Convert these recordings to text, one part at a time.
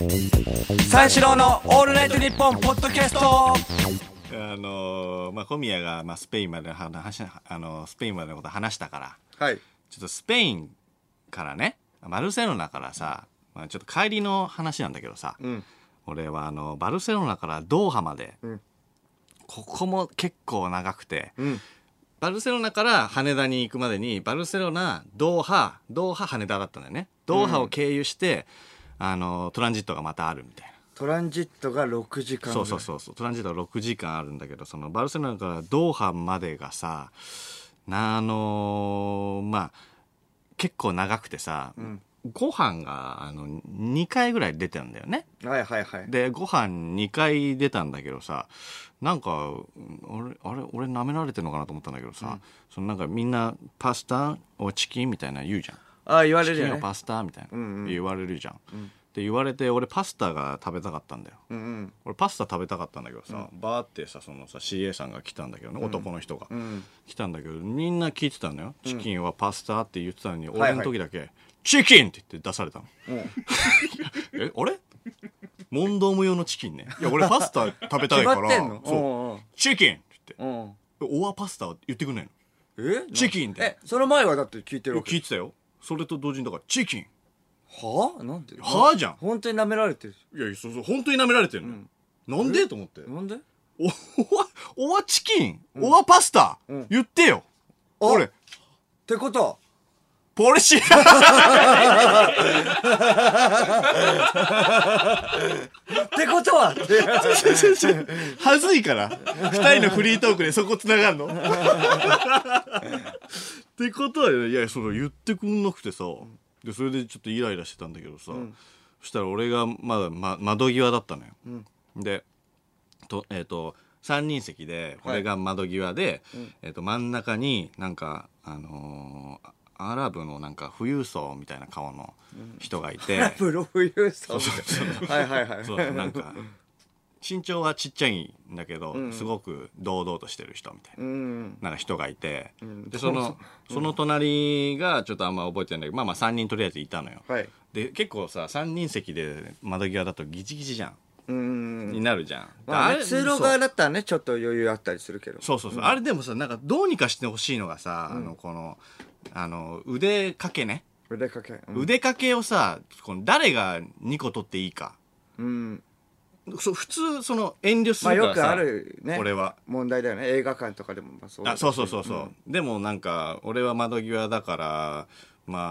三四郎のオールナイトニッポンポッドキャスト。 小宮が、スペインまでスペインまでのこと話したから、 はい。 ちょっとスペインからね、バルセロナからさ、ちょっと帰りの話なんだけどさ、俺はバルセロナからドーハまで、ここも結構長くて、バルセロナから羽田に行くまでにバルセロナ、ドーハ羽田だったんだよね。ドーハを経由して、トランジットがまたあるみたいな。 トランジットが6時間ぐらい。 そうトランジットが6時間あるんだけど、そのバルセロナからドーハまでがさ、結構長くてさ、ご飯が2回ぐらい出てるんだよね。 はいはいはい。 でご飯2回出たんだけどさ、なんか俺舐められてるのかなと思ったんだけどさ、そのなんかみんなパスタおチキンみたいな言うじゃん。 言われるよね。 チキンをパスタみたいな、言われるじゃん、って言われて、俺パスタが食べたかったんだよ、俺パスタ食べたかったんだけどさ、バーってさ、そのさ CA さんが来たんだけどね、男の人が、来たんだけど、みんな聞いてたんだよ、チキンはパスタって言ってたのに、俺の時だけ、チキンって言って出されたの、あれ問答無用のチキンね。いや俺パスタ食べたいから、そうチキンって言って、オアパスタ言ってくんないの？チキンって。 その前はだって聞いてるわけ。 聞いてたよ。それと同時にだからチキン。 はぁ？なんで？ はぁじゃん。 本当に舐められてる。 いやそう本当に舐められてるの、なんでと思って。 なんで？ オアチキン、オアパスタ、言ってよ。俺ってことはポリシーってことははずいから2人のフリートークでそこつながんのってことは、いやその言ってくんなくてさ、でそれでちょっとイライラしてたんだけどさ、そしたら俺がまだ、窓際だったのよ、で3人席で俺が窓際で、真ん中になんかアラブのなんか富裕層みたいな顔の人がいて、 アラブの富裕層はいはいはい、 そうなんか身長はちっちゃいんだけど、すごく堂々としてる人みたいな、なんか人がいて、でその隣がちょっとあんま覚えてないんだけど、3人とりあえずいたのよ、で結構さ3人席で窓際だとギチギチじゃん、になるじゃん。 通路側だったらねちょっと余裕あったりするけど、 そう、あれでもさ、なんかどうにかしてほしいのがさ、この腕掛けね、腕掛けをさ、この誰が2個取っていいか、普通その遠慮するからさ、 よくあるね、 俺は問題だよね、映画館とかでもそうだし。 そう、でもなんか俺は窓際だから、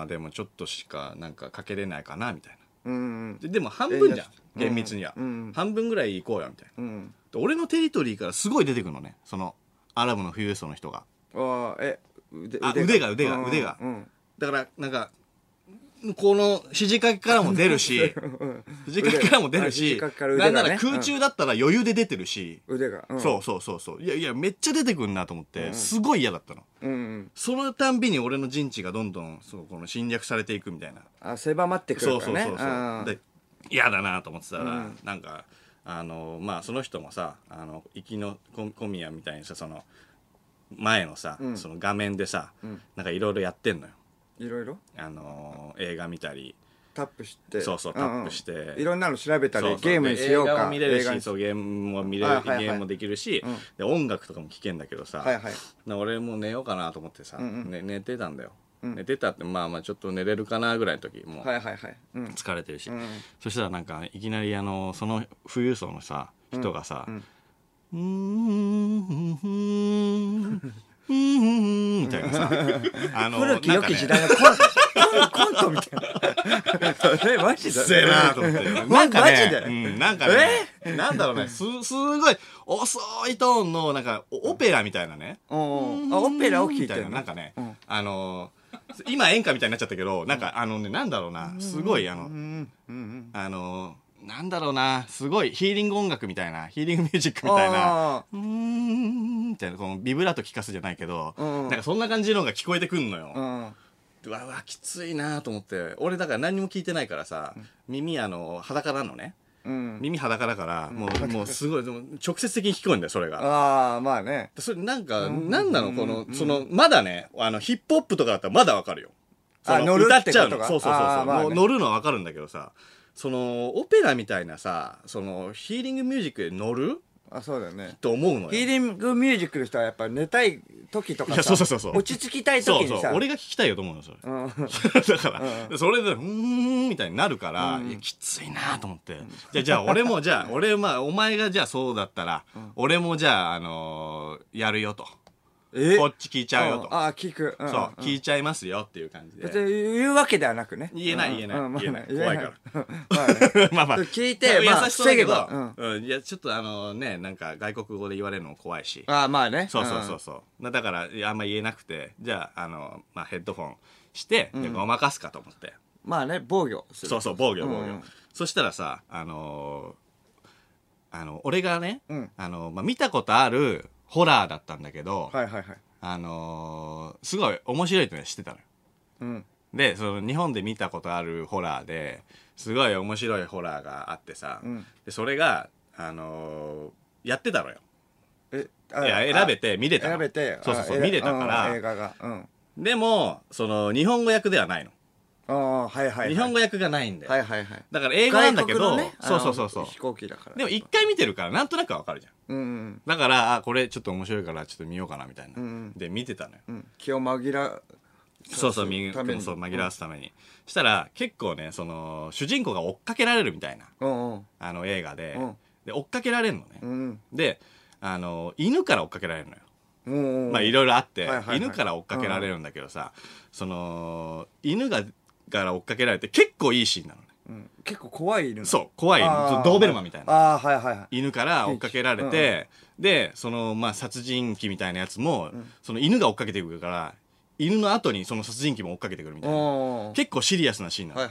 でもちょっとしかなんかかけれないかなみたいな、でも半分じゃん、厳密には、半分ぐらい行こうよみたいな、で俺のテリトリーからすごい出てくるのね、そのアラブの富裕層の人が。腕がだからなんかこの肘掛けからも出るし肘掛けからも出るし、なんなら空中だったら余裕で出てるし、腕が、そういやめっちゃ出てくんなと思って、すごい嫌だったの、そのたんびに俺の陣地がどんどんこの侵略されていくみたいな、 狭まってくるからね、 そうで嫌だなと思ってたら、なんかその人もさ、行きの小宮みたいにさ、その前のさ、その画面でさ、なんかいろいろやってんのよ、 いろいろ映画見たりタップして、 タップして、 いろんなの調べたり、ゲームにしようか、 映画も見れるし、ゲームも見れる、ゲームもできるし、で音楽とかも聴けんだけどさ、俺もう寝ようかなと思ってさ、寝てたんだよ、寝てたって、ちょっと寝れるかなぐらいの時、もう疲れてるし、そしたらなんかいきなりその富裕層のさ人がさ、みたいなさ、 古き良き時代のコントみたいなマジだせえなと思って、なんかね、なんだろうね、すごい遅いトーンのなんかオペラみたいなね、 オペラを聞いてる、 なんかね、今演歌みたいになっちゃったけど、なんかなんだろうな、すごいなんだろうな、すごいヒーリング音楽みたいな、ヒーリングミュージックみたいな、みたいな、このビブラート聞かすじゃないけど、なんかそんな感じのが聞こえてくんのよ。うわきついなと思って、俺だから何も聞いてないからさ、耳裸なのね、耳裸だから、もうすごいでも直接的に聞こえるんだよ、それが。 まあね、 それなんか、なんなのこのそのまだね、ヒップホップとかだったらまだわかるよ、 乗る歌っちゃうの、 ってことが、 そう、乗るのはわかるんだけどさ、 そのオペラみたいなさそのヒーリングミュージックで乗るあ、そうだよね。 と思うのよ。 ヒーリングミュージックの人はやっぱ寝たい時とかいやさ、 そう落ち着きたい時にさ、 そう俺が聞きたいよと思うのそれ、だから、それでみたいになるから、いやきついなと思って、じゃあ俺もお前がじゃあそうだったら、俺もじゃあやるよと。こっち聞いちゃうよと。 聞く。 そう、聞いちゃいますよっていう感じで。 別に言うわけではなくね。 言えない。怖いから。まあ聞いて、 優しそうだけど、 防いや、ちょっとなんか外国語で言われるのも怖いし。 まあね。 そう。だから、あんま言えなくて、じゃあ、ヘッドフォンして、ごまかすかと思って。 まあね、防御する。 そう、防御。そしたらさ、俺がね、見たことある、ホラーだったんだけど、すごい面白いってのは知ってたのよ。で、その日本で見たことあるホラーですごい面白いホラーがあってさ、でそれがやってたのよ。いや選べて見れたの。 選べて、 そう見れたから映画が。 でもその日本語訳ではないの。日本語訳がないんで。だから英語なんだけど、そう飛行機だから。 でも一回見てるからなんとなくわかるじゃん。だからこれちょっと面白いからちょっと見ようかなみたいな。で見てたのよ。 気を紛ら紛らわすために。したら結構ねその主人公が追っかけられるみたいな映画で追っかけられるのね。で犬から追っかけられるのよ。まあいろいろあって犬から追っかけられるんだけどさ、その犬から追っかけられて結構いいシーンなのね。 結構怖い犬。 そう怖いドーベルマンみたいな犬から追っかけられて、でその殺人鬼みたいなやつもその犬が追っかけてくるから犬の後にその殺人鬼も追っかけてくるみたいな結構シリアスなシーンな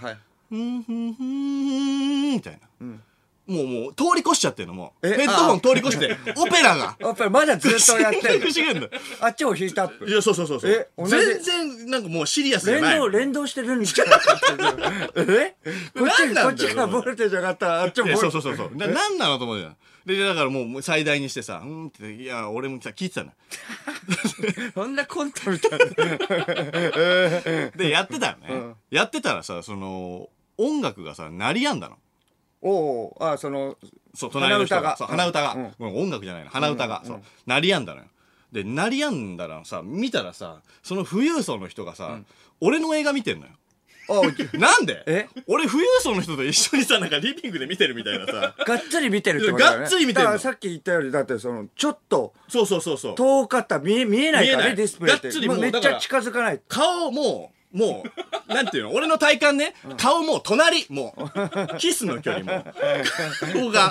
の。みたいな。もう通り越しちゃってるのもヘッドホン通り越してオペラがまだずっとやってる。あっちをヒートアップ。 いやそう全然なんかもうシリアスじゃない。 連動してるんじゃないこっちがボルテージ上がったらあっちもボルテージ。 そう何なのと思うじゃん。でだからもう最大にしてさっていや俺もさ聞いてたの。 そんなコントみたいな。 でやってたよね。やってたらさその音楽がさ鳴りやんだの。 その隣の人が鼻歌が音楽じゃないの鼻歌が鳴りやんだのよ。で鳴りやんだらさ見たらさその富裕層の人がさ俺の映画見てんのよ。なんで俺富裕層の人と一緒にさなんかリビングで見てるみたいなさがっつり見てるってことだよね。 がっつり見てるの。 さっき言ったよりだってそのちょっとそう遠かった見えないからねディスプレイって。 がっつりもうめっちゃ近づかない。 顔もうなんていうの俺の体感ね顔もう隣もうキスの距離も顔が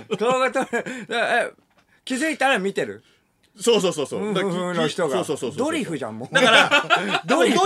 気づいたら見てる。 そうの人がドリフじゃんもう。 だからドリフ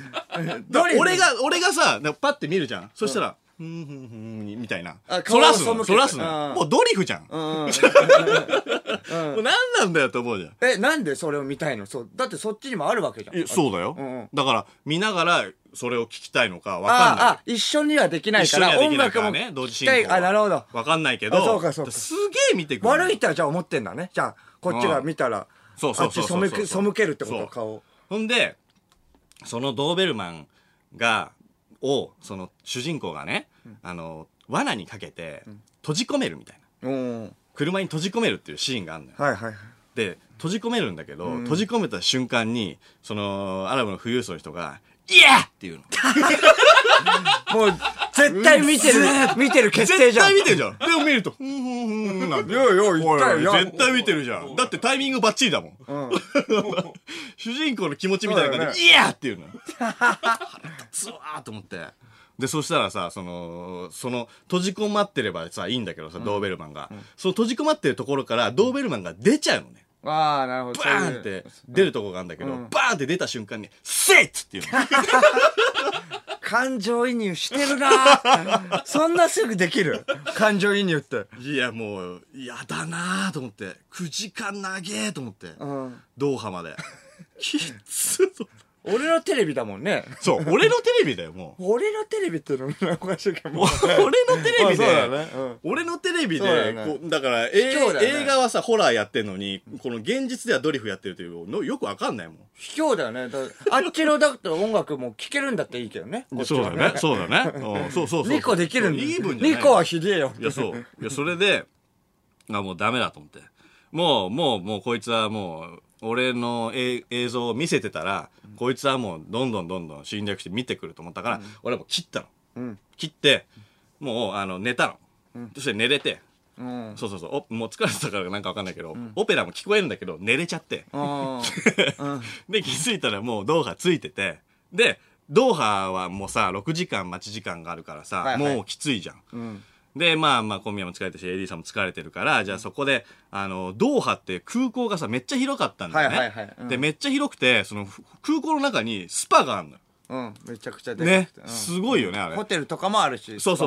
俺がさパッて見るじゃん。そしたらみたいなそらすのもうドリフじゃん。もう何なんだよと思うじゃん。 なんでそれを見たいの。だってそっちにもあるわけじゃん。 そうだよ。だから見ながらそれを聞きたいのか分かんない。 一緒にはできないから音楽も同時進行。 なるほど。 分かんないけどすげえ見てくる。 悪いってはじゃあ思ってんだね。じゃあこっちが見たらあっち背けるってこと顔。 ほんでそのドーベルマンその主人公がね罠にかけて閉じ込めるみたいな。車に閉じ込めるっていうシーンがあるのよ。で閉じ込めるんだけど閉じ込めた瞬間にそのアラブの富裕層の人がイエーっていうの。 もう絶対見てる決定じゃん。 絶対見てるじゃん。でも見るとなんで絶対見てるじゃん。だってタイミングバッチリだもん。主人公の気持ちみたいな感じでイエーっていうの。つわーと思って。でそしたらさその閉じ込まってればさいいんだけどさドーベルマンがその閉じ込まってるところからドーベルマンが出ちゃうのね。 なるほど。 バーンって出るとこがあるんだけど、バーンって出た瞬間にセッツっていうの。 感情移入してるな。そんなすぐできる感情移入って。 いやもうやだなと思って9時間長えと思って、ドーハまできつ俺のテレビだもんね。 そう、俺のテレビだよ、もう。 俺のテレビってのもおかしいけど。 俺のテレビで、 そうだね。 俺のテレビそうだで、 ねだから、 卑怯だよね映画はさ、ホラーやってんのに、この現実ではドリフやってるというの、よくわかんないもん。 卑怯だよね。あっちのだって音楽も聴けるんだっていいけどね。 そうだね、そうだね。そうそうそう。 2個できるんだ。 いい分じゃない。 2個はひでえよ。 いや、そう。いや、それで、もうダメだと思って。もう、こいつはもう、俺の映像を見せてたら、こいつはもう、どんどん侵略して見てくると思ったから、俺はもう切ったの。切って、もう、寝たの。そして寝れて、そう、もう疲れてたからなんかわかんないけど、オペラも聞こえるんだけど、寝れちゃって。で、気づいたらもうドーハついてて、で、ドーハはもうさ、6時間待ち時間があるからさ、もうきついじゃん。で、まあ、小宮も疲れてるし、AD さんも疲れてるから、じゃあそこで、ドーハって空港がさ、めっちゃ広かったんだよね。で、めっちゃ広くて、その、空港の中にスパがあるのよ。 めちゃくちゃでかくて。 ね。すごいよね、あれ。 ホテルとかもあるし。 そう。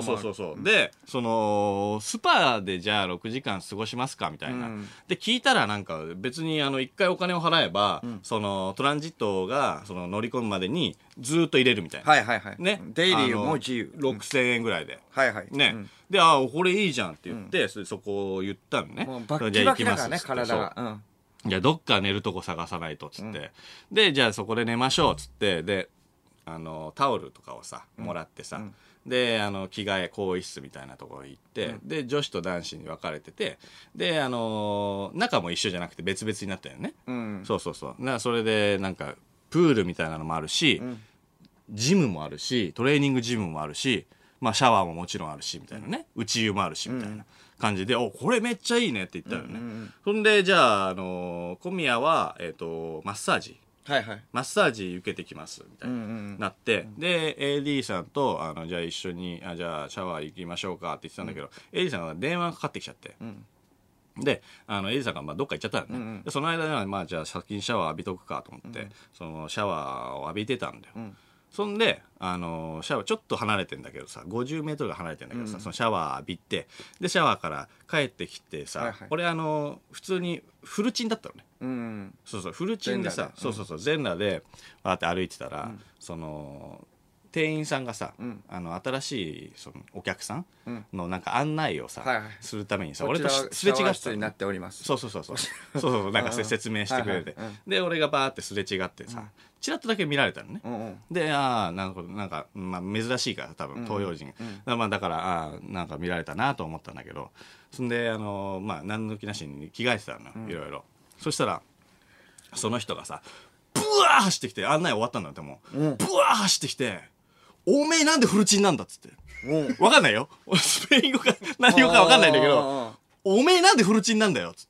で、その、スパでじゃあ6時間過ごしますかみたいな。で、聞いたらなんか別に一回お金を払えば、その、トランジットが、その、乗り込むまでにずっと入れるみたいな。ね。 デイリーも自由。 6000円ぐらいで。ね。で、これいいじゃんって言って、そこを言ったのね。 バッキバキだからね、体が。 じゃあどっか寝るとこ探さないと、つって。で、じゃあそこで寝ましょう、つって。で、タオルとかをさもらってさ、で着替え更衣室みたいなところに行って、で女子と男子に分かれてて、で中も一緒じゃなくて別々になったよね、そうだからそれでなんかプールみたいなのもあるし、ジムもあるしトレーニングジムもあるし、まあシャワーももちろんあるしみたいなね、内湯もあるしみたいな感じで、これめっちゃいいねって言ったよね、そんでじゃあ小宮はマッサージマッサージ受けてきますみたいになって、で AD さんとじゃあ一緒にじゃあシャワー行きましょうかって言ってたんだけど、AD さんが電話がかかってきちゃって、でAD さんがどっか行っちゃったのね、でその間にはまあじゃあ先にシャワー浴びとくかと思って、そのシャワーを浴びてたんだよ、そんでシャワーちょっと離れてんだけどさ、50メートルが離れてんだけどさ、そのシャワー浴びて、でシャワーから帰ってきてさ、俺普通にフルチンだったのね、そうフルチンでさ、全裸でバーって歩いてたら、その店員さんがさ、新しいそのお客さんのなんか案内をさ、するためにさ、俺とすれ違ってた。 になっております。 そうなんか説明してくれて、で俺がバーってすれ違ってさ、チラッとだけ見られたのね。でなんかまあ珍しいから多分東洋人、まあだからなんか見られたなと思ったんだけど、そんでまあ何の気なしに着替えてたのよ、いろいろ。そしたらその人がさブワー走ってきて、案内終わったんだって、もうブワー走ってきて、おめえなんでフルチンなんだっつって、わかんないよ、スペイン語か何語かわかんないんだけど、おめえなんでフルチンなんだよっつって、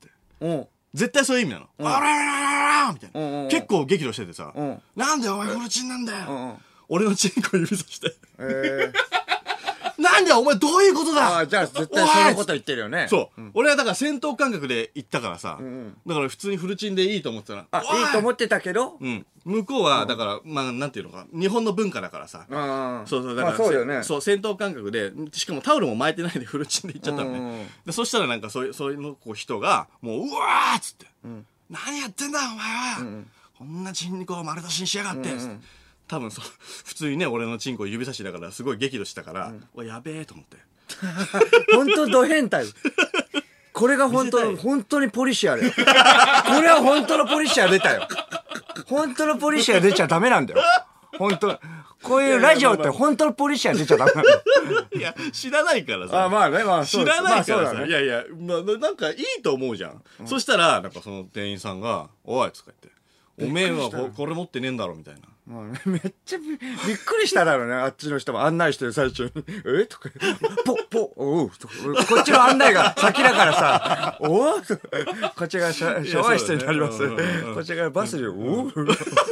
絶対そういう意味なの、あららららみたいな、結構激怒しててさ、なんでお前フルチンなんだよ、俺のチンコ指さして、なんでお前どういうことだ、 じゃあ絶対そのこと言ってるよね。 そう、俺はだから戦闘感覚で行ったからさ、だから普通にフルチンでいいと思ってたら、 いいと思ってたけど、 向こうはだからまあなんていうのか、日本の文化だからさ、そうだからそうよね。 そう戦闘感覚で、しかもタオルも巻いてないでフルチンで行っちゃったのね。でそしたらなんかそういうの人がもううわーっつって、何やってんだお前は、こんなチンコを丸出しにしやがってっつって、多分普通にね俺のチンコを指差しだからすごい激怒したから、やべえと思って。 本当ド変態。これが本当にポリシアだよ。これは本当のポリシア出たよ。本当のポリシア出ちゃダメなんだよ。本当。こういうラジオって本当のポリシア出ちゃダメなんだよ。 いや知らないからさ。 まあね、まあ知らないからさ。いやいや、まあなんかいいと思うじゃん。そしたらなんかその店員さんがおいとか言って。おめえはこれ持ってねえんだろみたいな。 めっちゃびっくりしただろうね、あっちの人も案内してる最中にとかおうこっちの案内が先だからさおうこっちがシャワー室になります、こっちがバスでおうフ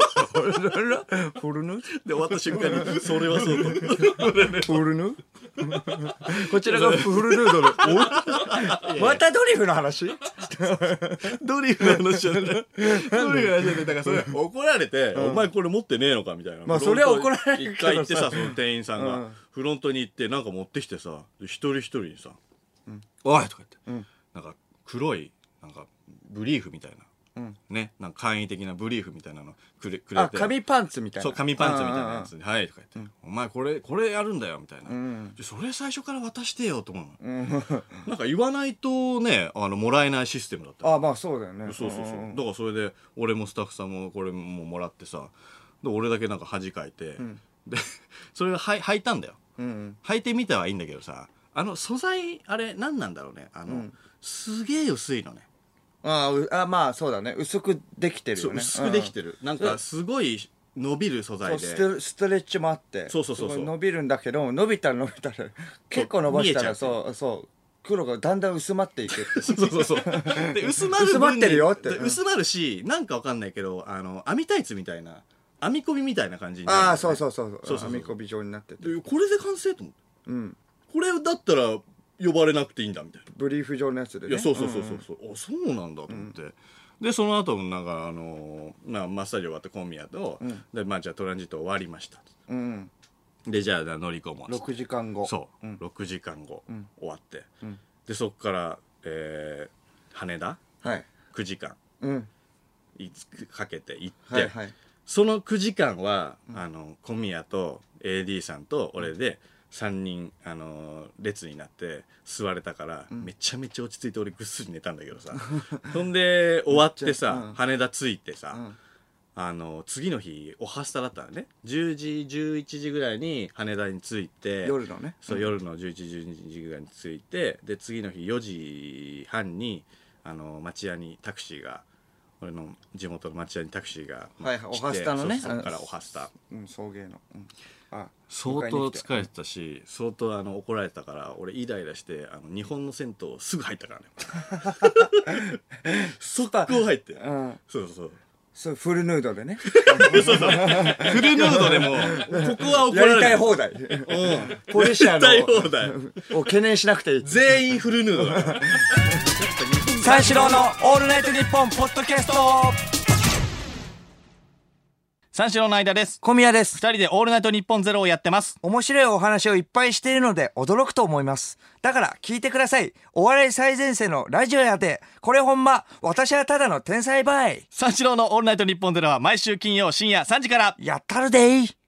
ルヌで終わった瞬間にそれはそうとフルヌこちらがフルヌードルおまたドリフの話ドリフの話じゃないドリフの話じゃない。だからそれ怒られて、お前これ持ってねえのかみたいな。 まあそれは怒られるけどさ、 一回行ってさ、その店員さんがフロントに行ってなんか持ってきてさ、一人一人にさ、おいとか言って、なんか黒いなんかブリーフみたいなね、なんか簡易的なブリーフみたいなのくれて、 紙パンツみたいな。 そう、紙パンツみたいなやつに、はいとか言って、お前これやるんだよみたいな、それ最初から渡してよと思うの、なんか言わないとね、もらえないシステムだった。 まあそうだよね。 そうだからそれで俺もスタッフさんもこれもらってさ、で俺だけなんか恥かいて、でそれを履いたんだよ、履いてみたはいいんだけどさ、素材あれ何なんだろうね、すげえ薄いのね。 まあそうだね、薄くできてるよね。 薄くできてる、なんかすごい伸びる素材で、 ストレッチもあって、 そう伸びるんだけど、伸びたら結構伸ばしたら黒がだんだん薄まっていく。 そうで薄まってるよって、 薄まるし、なんかわかんないけど網タイツみたいな、編み込みみたいな感じになる、ね、 そう編み込み状になってて、 これで完成と思って、これだったら呼ばれなくていいんだみたいな、 ブリーフ状のやつでね。 いやそうそうなんだと思って、でその後もなんかマッサージ終わって小宮と、でじゃあトランジット終わりました、でじゃあ乗り込もう 6時間後、 6時間後、終わって、でそこから、羽田、9時間、かけて行って、その9時間は小宮と AD さんと俺で3人列になって座れたから、めちゃめちゃ落ち着いて俺ぐっすり寝たんだけどさそんで終わってさ、羽田着いてさ、次の日おはスタだったのね。10時11時ぐらいに羽田に着いて、 夜のね、 夜の11時12時ぐらいに着いて、で次の日4時半に町屋にタクシーが、俺の地元の町屋にタクシーが来て、 おはスタのね、 そこからおはスタ、 送迎の、 相当疲れてたし、相当怒られたから、俺イライラして日本の銭湯すぐ入ったからね速攻入って、そうフルヌードでねフルヌードでもここは怒られる、 やりたい放題、ポリシャーを懸念しなくていい、 全員フルヌードだから三四郎のオールナイトニッポンポッドキャスト。三四郎の間です。 小宮です。 二人でオールナイトニッポンゼロをやってます。 面白いお話をいっぱいしているので驚くと思います。だから聞いてください。お笑い最前線のラジオやで、これほんま私はただの天才バイ。 三四郎のオールナイトニッポンゼロは毎週金曜深夜3時から。 やったるでい。